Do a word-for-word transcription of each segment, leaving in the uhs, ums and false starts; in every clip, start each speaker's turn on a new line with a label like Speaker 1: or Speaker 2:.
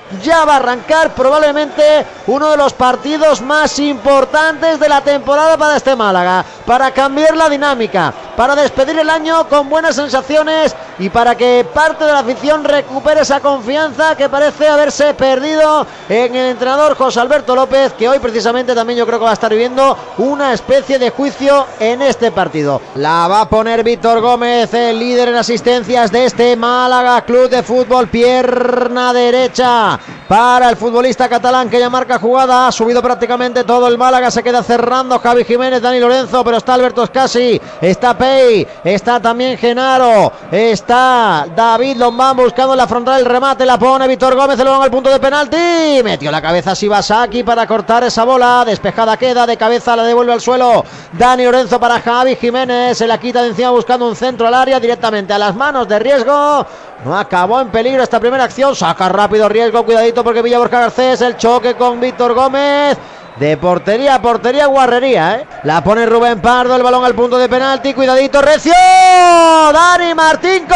Speaker 1: ya va a arrancar probablemente uno de los partidos más importantes de la temporada para este Málaga, para cambiar la dinámica, para despedir el año con buenas sensaciones y para que parte de la afición recupere esa confianza que parece haberse perdido en el entrenador José Alberto López, que hoy precisamente también yo creo que va a estar viviendo una especie de juicio en este partido. La va a poner Víctor Gómez, el líder en asistencias de este Málaga Club de Fútbol, pierna derecha para el futbolista catalán que ya marca jugada. Ha subido prácticamente todo el Málaga, se queda cerrando Javi Jiménez, Dani Lorenzo, pero está Alberto Escasi, está Pei, está también Genaro, está David Lombán buscando la frontal, el remate, la pone Víctor Gómez, el balón al punto de penalti, metió la cabeza Shibasaki para cortar esa bola, despejada queda, de cabeza la devuelve al suelo Dani Lorenzo para Javi Jiménez, se la quita de encima buscando un centro al área, directamente a las manos de Riesgo. No acabó en peligro esta primera acción, saca rápido Riesgo, cuidadito porque Villa Borja Garcés, el choque con Víctor Gómez. De portería a portería, guarrería, ¿eh? La pone Rubén Pardo, el balón al punto de penalti, cuidadito, recio, Dani Martín,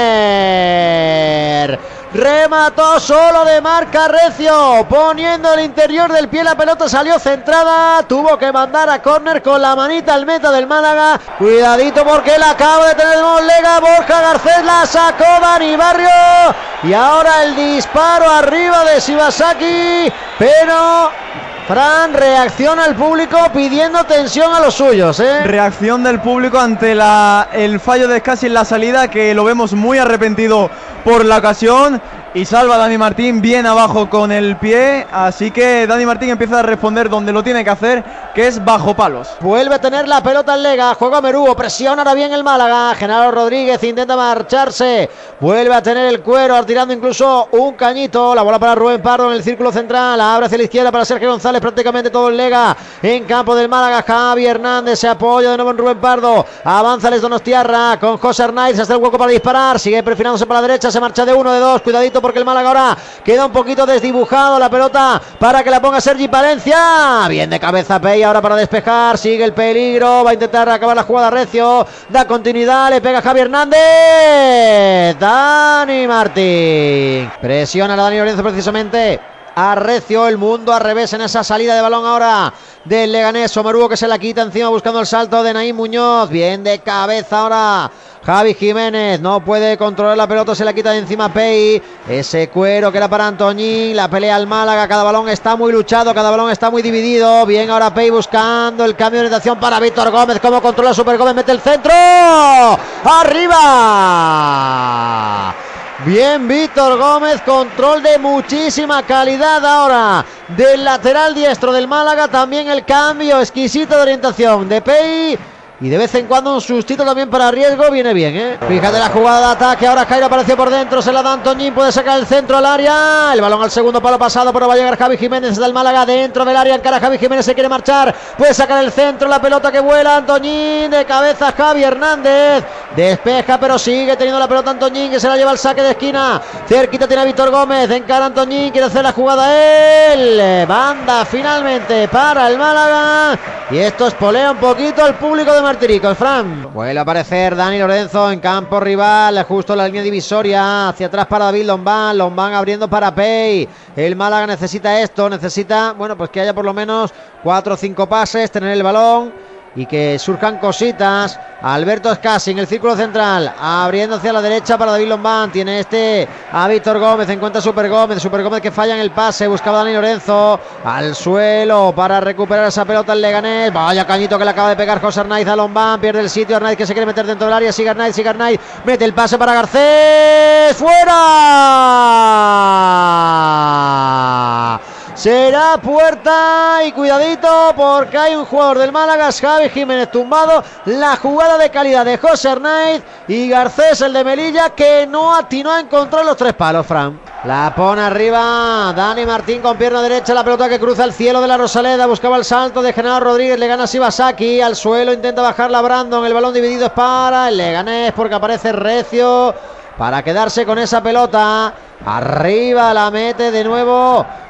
Speaker 1: córner. Remató solo de marca Recio, poniendo el interior del pie, la pelota salió centrada, tuvo que mandar a córner con la manita al meta del Málaga. Cuidadito porque la acaba de tener de nuevo Lega, Borja Garcés la sacó Dani Barrio y ahora el disparo arriba de Shibasaki, pero Fran, reacciona el público pidiendo tensión a los suyos, ¿eh?
Speaker 2: Reacción del público ante la, el fallo de Escasi en la salida, que lo vemos muy arrepentido por la ocasión. Y salva a Dani Martín bien abajo con el pie. Así que Dani Martín empieza a responder donde lo tiene que hacer, que es bajo palos.
Speaker 1: Vuelve a tener la pelota en Lega, juega Merúo, presiona ahora bien el Málaga. Genaro Rodríguez intenta marcharse, vuelve a tener el cuero, tirando incluso un cañito. La bola para Rubén Pardo en el círculo central, abre hacia la izquierda para Sergio González, prácticamente todo el Lega en campo del Málaga. Javi Hernández se apoya de nuevo en Rubén Pardo, avanza Les Donostiarra con José Arnaiz hasta el hueco para disparar, sigue perfilándose para la derecha, se marcha de uno, de dos, cuidadito porque el Málaga ahora queda un poquito desdibujado, la pelota para que la ponga Sergi Palencia, bien de cabeza Pei ahora para despejar, sigue el peligro, va a intentar acabar la jugada Recio, da continuidad, le pega Javi Hernández, Dani Martín, presiona a Dani Lorenzo precisamente a Recio, el mundo al revés en esa salida de balón ahora del Leganés. Somerúo que se la quita encima buscando el salto de Naim Muñoz, bien de cabeza ahora Javi Jiménez, no puede controlar la pelota, se la quita de encima Pei, ese cuero que era para Antoñín, la pelea al Málaga, cada balón está muy luchado, cada balón está muy dividido, bien ahora Pei buscando el cambio de orientación para Víctor Gómez, cómo controla Super Gómez, mete el centro, arriba. Bien Víctor Gómez, control de muchísima calidad ahora del lateral diestro del Málaga, también el cambio exquisito de orientación de Pei y de vez en cuando un sustito también para Riesgo, viene bien, ¿eh? Fíjate la jugada de ataque, ahora Jairo apareció por dentro, se la da Antoñín, puede sacar el centro al área, el balón al segundo palo pasado, pero va a llegar Javi Jiménez del Málaga dentro del área, encara Javi Jiménez, se quiere marchar, puede sacar el centro, la pelota que vuela, Antoñín, de cabeza Javi Hernández, despeja pero sigue teniendo la pelota Antoñín, que se la lleva al saque de esquina, cerquita tiene a Víctor Gómez, encara Antoñín, quiere hacer la jugada él, banda finalmente para el Málaga, y esto espolea un poquito al público de Martiricos, Fran. Vuelve a aparecer Dani Lorenzo en campo rival, justo en la línea divisoria, hacia atrás para David Lombán, Lombán abriendo para Pei, el Málaga necesita esto, necesita, bueno, pues que haya por lo menos cuatro o cinco pases, tener el balón y que surjan cositas. Alberto Escasi en el círculo central, abriendo hacia la derecha para David Lombán, tiene este a Víctor Gómez, encuentra Super Gómez, Super Gómez que falla en el pase, buscaba a Dani Lorenzo, al suelo para recuperar esa pelota el Leganés, vaya cañito que le acaba de pegar José Arnaiz a Lombán, pierde el sitio, Arnaiz que se quiere meter dentro del área, sigue Arnaiz, sigue Arnaiz, mete el pase para Garcés, ¡fuera! Será puerta y cuidadito porque hay un jugador del Málaga, Javi Jiménez tumbado, la jugada de calidad de José Arnaiz y Garcés, el de Melilla, que no atinó a encontrar los tres palos, Fran. La pone arriba Dani Martín con pierna derecha, la pelota que cruza el cielo de la Rosaleda, buscaba el salto de Genaro Rodríguez, le gana Shibasaki, al suelo intenta bajarla Brandon, el balón dividido es para el Leganés porque aparece Recio para quedarse con esa pelota. Arriba la mete de nuevo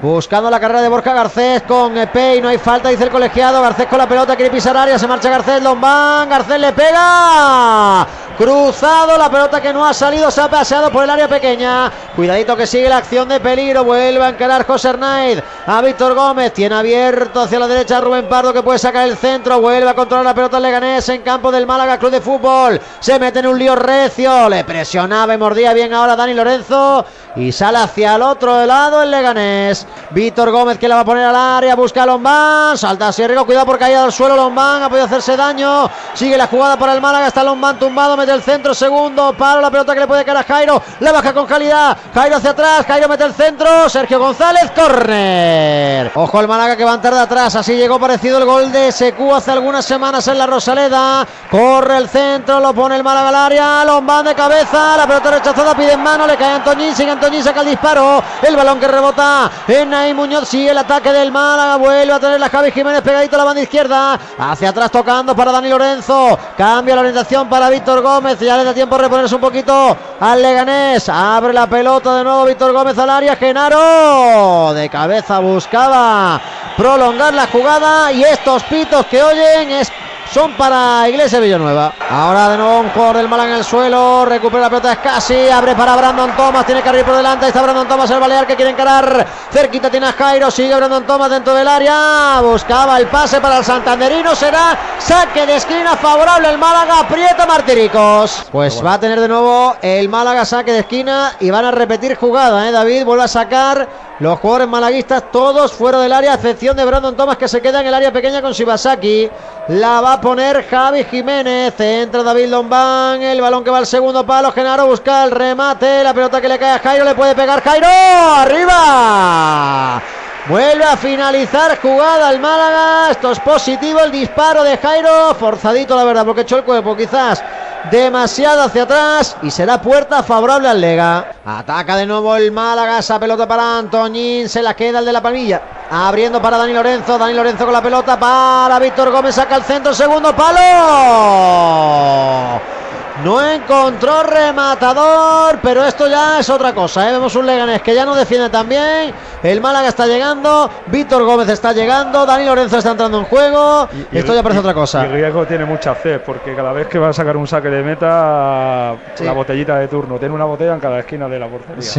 Speaker 1: buscando la carrera de Borja Garcés con Pei, no hay falta, dice el colegiado. Garcés con la pelota, quiere pisar área, se marcha Garcés, Lombán, Garcés le pega, cruzado, la pelota que no ha salido, se ha paseado por el área pequeña. Cuidadito que sigue la acción de peligro, vuelve a encarar José Hernández a Víctor Gómez, tiene abierto hacia la derecha Rubén Pardo, que puede sacar el centro, vuelve a controlar la pelota el Leganés en campo del Málaga Club de Fútbol, se mete en un lío recio, le presionaba y mordía bien ahora Dani Lorenzo y sale hacia el otro lado el Leganés. Víctor Gómez que la va a poner al área, busca a Lombán, salta hacia arriba, cuidado por caída del suelo Lombán, ha podido hacerse daño, sigue la jugada para el Málaga, está Lombán tumbado, mete el centro, segundo palo, la pelota que le puede caer a Jairo, la baja con calidad, Jairo hacia atrás, Jairo mete el centro, Sergio González, córner. Ojo al Málaga que va a entrar de atrás, así llegó parecido el gol de S Q hace algunas semanas en la Rosaleda, corre el centro, lo pone el Málaga al área, Lombán de cabeza, la pelota rechazada, pide en mano, le cae a Antoñín, sigue Antoñín, saca el disparo, el balón que rebota en Naim Muñoz, sigue el ataque del Málaga, vuelve a tener la Javi Jiménez pegadito a la banda izquierda, hacia atrás tocando para Dani Lorenzo, cambia la orientación para Víctor Gómez, ya le da tiempo a reponerse un poquito al Leganés, abre la pelota de nuevo Víctor Gómez al área, Genaro de cabeza buscaba prolongar la jugada y estos pitos que oyen es son para Iglesias Villanueva. Ahora de nuevo un jugador del Málaga en el suelo, recupera la pelota Escasi, abre para Brandon Thomas, tiene que abrir por delante, ahí está Brandon Thomas, el Balear que quiere encarar, cerquita tiene a Jairo, sigue Brandon Thomas dentro del área, buscaba el pase para el santanderino, será saque de esquina favorable el Málaga, aprieta Martiricos. Pues va a tener de nuevo el Málaga saque de esquina y van a repetir jugada, ¿eh? David vuelve a sacar los jugadores malaguistas todos fuera del área, a excepción de Brandon Thomas que se queda en el área pequeña con Shibasaki. La va a poner Javi Jiménez, entra David Lombán, el balón que va al segundo palo, Genaro busca el remate, la pelota que le cae a Jairo, le puede pegar Jairo, arriba. Vuelve a finalizar jugada el Málaga, esto es positivo, el disparo de Jairo, forzadito la verdad porque echó el cuerpo quizás demasiado hacia atrás y será puerta favorable al Lega. Ataca de nuevo el Málaga, esa pelota para Antoñín, se la queda el de la Palmilla, abriendo para Dani Lorenzo, Dani Lorenzo con la pelota para Víctor Gómez, saca el centro, segundo palo. No encontró rematador, pero esto ya es otra cosa, ¿eh? Vemos un Leganés que ya no defiende tan bien, el Málaga está llegando, Víctor Gómez está llegando, Dani Lorenzo está entrando en juego, y, esto y, ya parece y, otra cosa.
Speaker 3: Y Riesgo tiene mucha fe, porque cada vez que va a sacar un saque de meta, sí, la botellita de turno, tiene una botella en cada esquina de la portería. Sí.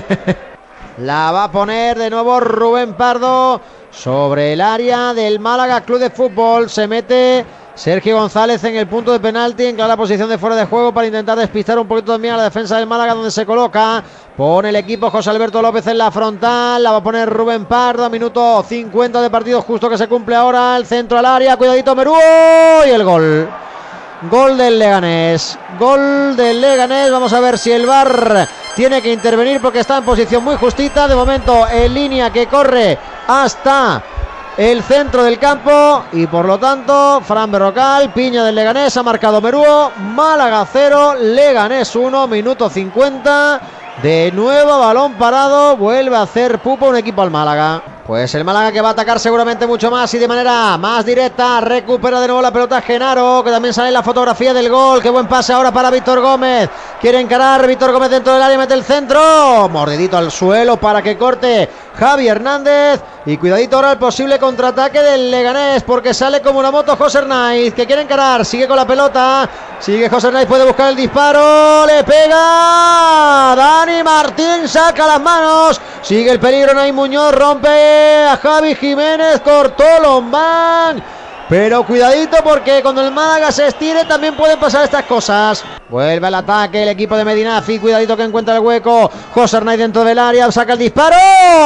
Speaker 1: La va a poner de nuevo Rubén Pardo sobre el área del Málaga Club de Fútbol, se mete Sergio González en el punto de penalti, en clara posición de fuera de juego para intentar despistar un poquito también a la defensa del Málaga, donde se coloca. Pone el equipo José Alberto López en la frontal, la va a poner Rubén Pardo, minuto cincuenta de partido justo que se cumple ahora, el centro al área, cuidadito Merúo y el gol. Gol del Leganés, gol del Leganés, vamos a ver si el V A R tiene que intervenir porque está en posición muy justita, de momento en línea que corre hasta el centro del campo y por lo tanto Fran Berrocal, piña del Leganés, ha marcado Merúo, Málaga cero, Leganés uno, minuto cincuenta, de nuevo balón parado, vuelve a hacer pupa un equipo al Málaga. Pues el Málaga que va a atacar seguramente mucho más y de manera más directa, recupera de nuevo la pelota Genaro, que también sale en la fotografía del gol, qué buen pase ahora para Víctor Gómez, quiere encarar, Víctor Gómez dentro del área, mete el centro, mordidito al suelo para que corte Javi Hernández y cuidadito ahora el posible contraataque del Leganés porque sale como una moto José Hernández, que quiere encarar, sigue con la pelota, sigue José Hernández, puede buscar el disparo, le pega Dani Martín, saca las manos, sigue el peligro, Naim Muñoz, rompe a Javi Jiménez, cortó Lombán, pero cuidadito porque cuando el Málaga se estire también pueden pasar estas cosas. Vuelve al ataque el equipo de Medinafi, cuidadito que encuentra el hueco José Hernández dentro del área, saca el disparo,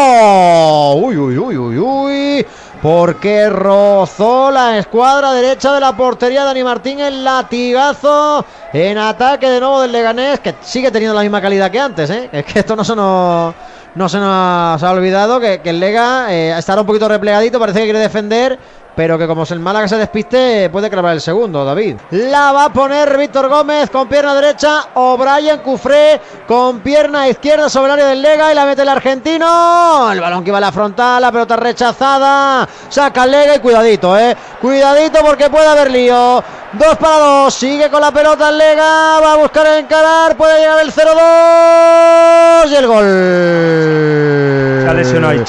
Speaker 1: uy, uy, uy, uy, uy, porque rozó la escuadra derecha de la portería de Dani Martín, el latigazo en ataque de nuevo del Leganés, que sigue teniendo la misma calidad que antes, ¿eh? Es que esto no se nos... No se nos ha olvidado que, que el Lega eh, estará un poquito replegadito, parece que quiere defender, pero que como el Málaga se despiste puede clavar el segundo, David. La va a poner Víctor Gómez con pierna derecha, O'Brien Cufré con pierna izquierda sobre el área del Lega y la mete el argentino, el balón que va a la frontal, la pelota rechazada, saca el Lega y cuidadito, eh, cuidadito porque puede haber lío. Dos para dos, sigue con la pelota el Lega, va a buscar encarar, puede llegar el cero dos y el gol.
Speaker 3: Se ha lesionado Ichan.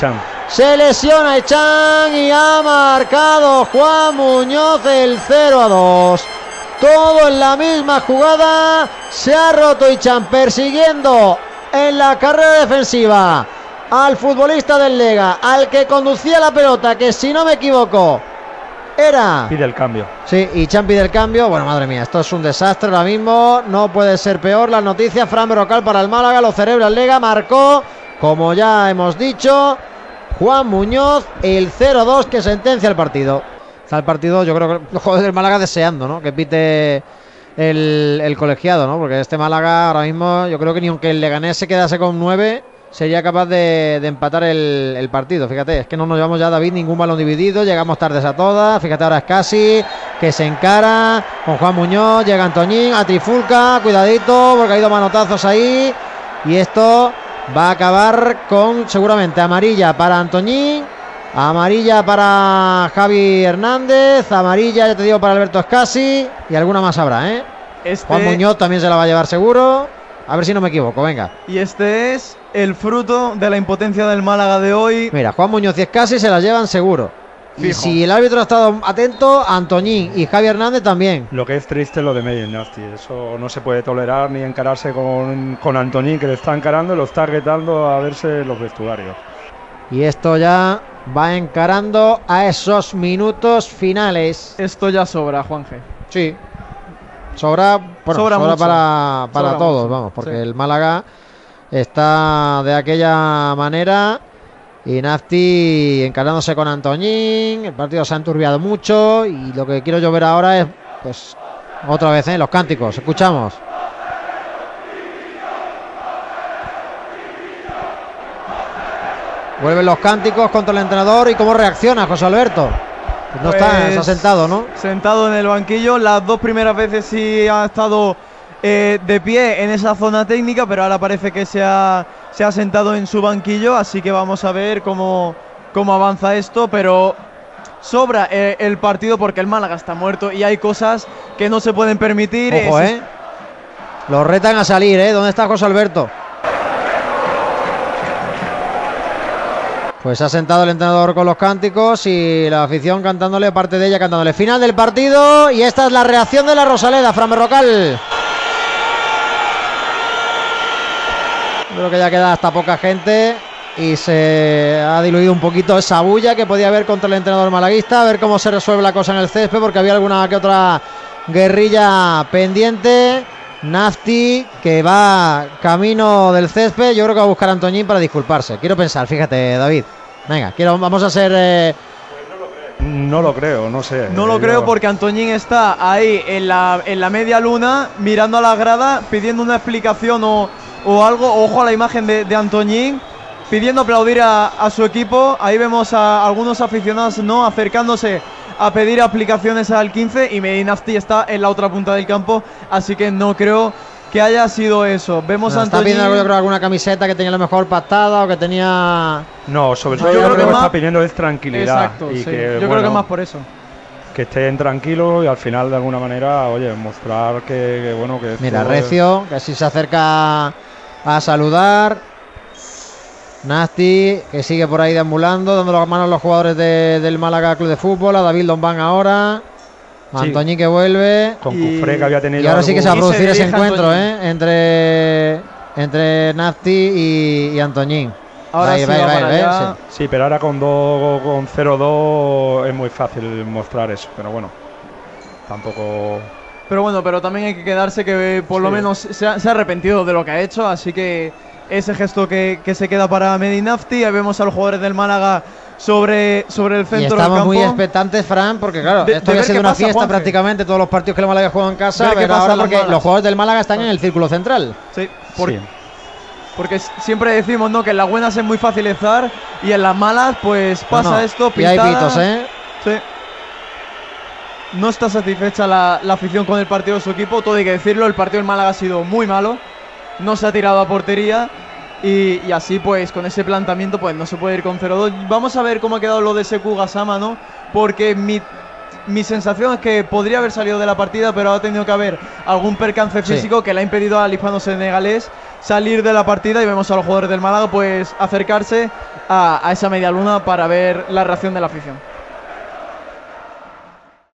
Speaker 1: Se lesiona Echan y ha marcado Juan Muñoz el cero a dos. Todo en la misma jugada. Se ha roto Echan persiguiendo en la carrera defensiva al futbolista del Lega, al que conducía la pelota, que si no me equivoco era...
Speaker 3: Pide el cambio.
Speaker 1: Sí, y Chan pide el cambio. Bueno, madre mía, esto es un desastre ahora mismo. No puede ser peor. Las noticias, Fran Berrocal para el Málaga, lo celebra el Lega. Marcó, como ya hemos dicho, Juan Muñoz el cero dos que sentencia el partido. Está el partido, yo creo que los jugadores del Málaga deseando, ¿no?, que pite el, el colegiado, ¿no? Porque este Málaga ahora mismo, yo creo que ni aunque el Leganés se quedase con nueve, sería capaz de, de empatar el, el partido. Fíjate, es que no nos llevamos ya, David, ningún balón dividido. Llegamos tardes a todas. Fíjate, ahora es Casi, que se encara con Juan Muñoz. Llega Antoñín a Trifulca. Cuidadito, porque ha ido manotazos ahí. Y esto va a acabar con, seguramente, amarilla para Antoñín, amarilla para Javi Hernández, amarilla, ya te digo, para Alberto Escasi. Y alguna más habrá, ¿eh? Este... Juan Muñoz también se la va a llevar seguro. A ver si no me equivoco, venga.
Speaker 2: Y este es el fruto de la impotencia del Málaga de hoy.
Speaker 1: Mira, Juan Muñoz y Escasi se la llevan seguro. Fijo. Y si el árbitro ha estado atento, Antoñín y Javi Hernández también.
Speaker 3: Lo que es triste es lo de Medellín Nasti. Eso no se puede tolerar, ni encararse con, con Antoñín, que le está encarando y lo está retando a verse en los vestuarios.
Speaker 1: Y esto ya va encarando a esos minutos finales.
Speaker 2: Esto ya sobra, Juanje.
Speaker 1: Sí. Sobra, bueno, sobra, sobra para, para sobra todos, mucho. Vamos, porque sí, el Málaga está de aquella manera y Nafti encarándose con Antoñín. El partido se ha enturbiado mucho y lo que quiero yo ver ahora es, pues, otra vez, ¿eh?, los cánticos. Escuchamos. Vuelven los cánticos contra el entrenador y cómo reacciona José Alberto. No pues está, está sentado, ¿no?
Speaker 2: Sentado en el banquillo. Las dos primeras veces sí ha estado eh, de pie en esa zona técnica, pero ahora parece que se ha, se ha sentado en su banquillo. Así que vamos a ver cómo, cómo avanza esto. Pero sobra eh, el partido porque el Málaga está muerto y hay cosas que no se pueden permitir.
Speaker 1: Ojo,
Speaker 2: es,
Speaker 1: ¿eh? Los retan a salir, ¿eh? ¿Dónde está José Alberto? Pues se ha sentado el entrenador con los cánticos y la afición cantándole, parte de ella cantándole. Final del partido y esta es la reacción de la Rosaleda, Fran Berrocal. Creo que ya queda hasta poca gente y se ha diluido un poquito esa bulla que podía haber contra el entrenador malaguista. A ver cómo se resuelve la cosa en el césped, porque había alguna que otra guerrilla pendiente. Nafti, que va camino del césped. Yo creo que va a buscar a Antoñín para disculparse. Quiero pensar, fíjate, David. Venga, quiero, vamos a ser... Eh...
Speaker 3: No lo creo, no sé.
Speaker 2: No lo
Speaker 3: Yo...
Speaker 2: creo porque Antoñín está ahí en la, en la media luna, mirando a la grada, pidiendo una explicación o, o algo. Ojo a la imagen de, de Antoñín, pidiendo aplaudir a, a su equipo. Ahí vemos a algunos aficionados, ¿no?, acercándose a pedir aplicaciones al quince, y Medinafti está en la otra punta del campo, así que no creo que haya sido eso. Vemos
Speaker 1: no,
Speaker 2: a
Speaker 1: Antoñín. Está pidiendo, yo creo, alguna camiseta que tenía a lo mejor pactada o que tenía...
Speaker 3: No, sobre todo yo, yo creo que, que lo que está pidiendo es tranquilidad.
Speaker 2: Exacto,
Speaker 3: y
Speaker 2: sí.
Speaker 3: que,
Speaker 2: yo
Speaker 3: bueno,
Speaker 2: creo que más por eso.
Speaker 3: Que estén tranquilos y al final de alguna manera, oye, mostrar que, que bueno, que...
Speaker 1: Mira, Recio, que así se acerca a saludar. Nasti, que sigue por ahí deambulando, dando las manos a los jugadores de, del Málaga Club de Fútbol, a David Lombán ahora, sí. Antoñín que vuelve.
Speaker 3: Con Cufré, que había tenido...
Speaker 1: Y ahora sí que se va a producir ese encuentro,
Speaker 2: Antoñín.
Speaker 1: ¿eh? Entre, entre Nasti y, y Antoñín.
Speaker 2: Ahora
Speaker 1: vai,
Speaker 2: sí,
Speaker 1: vai,
Speaker 2: va
Speaker 1: vai,
Speaker 2: para
Speaker 1: vai,
Speaker 2: allá.
Speaker 1: sí.
Speaker 3: Sí, pero ahora con, do, con cero dos es muy fácil mostrar eso, pero bueno, tampoco...
Speaker 2: Pero bueno, pero también hay que quedarse que por sí. lo menos se ha, se ha arrepentido de lo que ha hecho, así que ese gesto que, que se queda para Medinafti. Ahí vemos a los jugadores del Málaga sobre, sobre el centro
Speaker 1: y estamos
Speaker 2: del campo.
Speaker 1: muy expectantes, Fran, porque claro,
Speaker 2: de,
Speaker 1: esto
Speaker 2: de
Speaker 1: había sido una
Speaker 2: pasa,
Speaker 1: fiesta
Speaker 2: Juanje.
Speaker 1: prácticamente todos los partidos que el Málaga juega en casa.
Speaker 2: Ver
Speaker 1: Ver
Speaker 2: qué
Speaker 1: ahora
Speaker 2: pasa
Speaker 1: porque los jugadores del Málaga están en el círculo central.
Speaker 2: Sí, por,
Speaker 3: sí.
Speaker 2: porque siempre decimos, ¿no?, que en las buenas es muy fácil estar y en las malas pues pasa no, no. esto,
Speaker 1: pitada. Y hay pitos, ¿eh?
Speaker 2: Sí. No está satisfecha la, la afición con el partido de su equipo, todo hay que decirlo. El partido del Málaga ha sido muy malo, no se ha tirado a portería. Y, y así pues con ese planteamiento pues no se puede ir con cero dos. Vamos a ver cómo ha quedado lo de Sekou Gassama, ¿no? Porque mi, mi sensación es que podría haber salido de la partida, pero ha tenido que haber algún percance físico sí. que le ha impedido al hispano senegalés salir de la partida y vemos a los jugadores del Málaga pues acercarse a, a esa media luna para ver la reacción de la afición.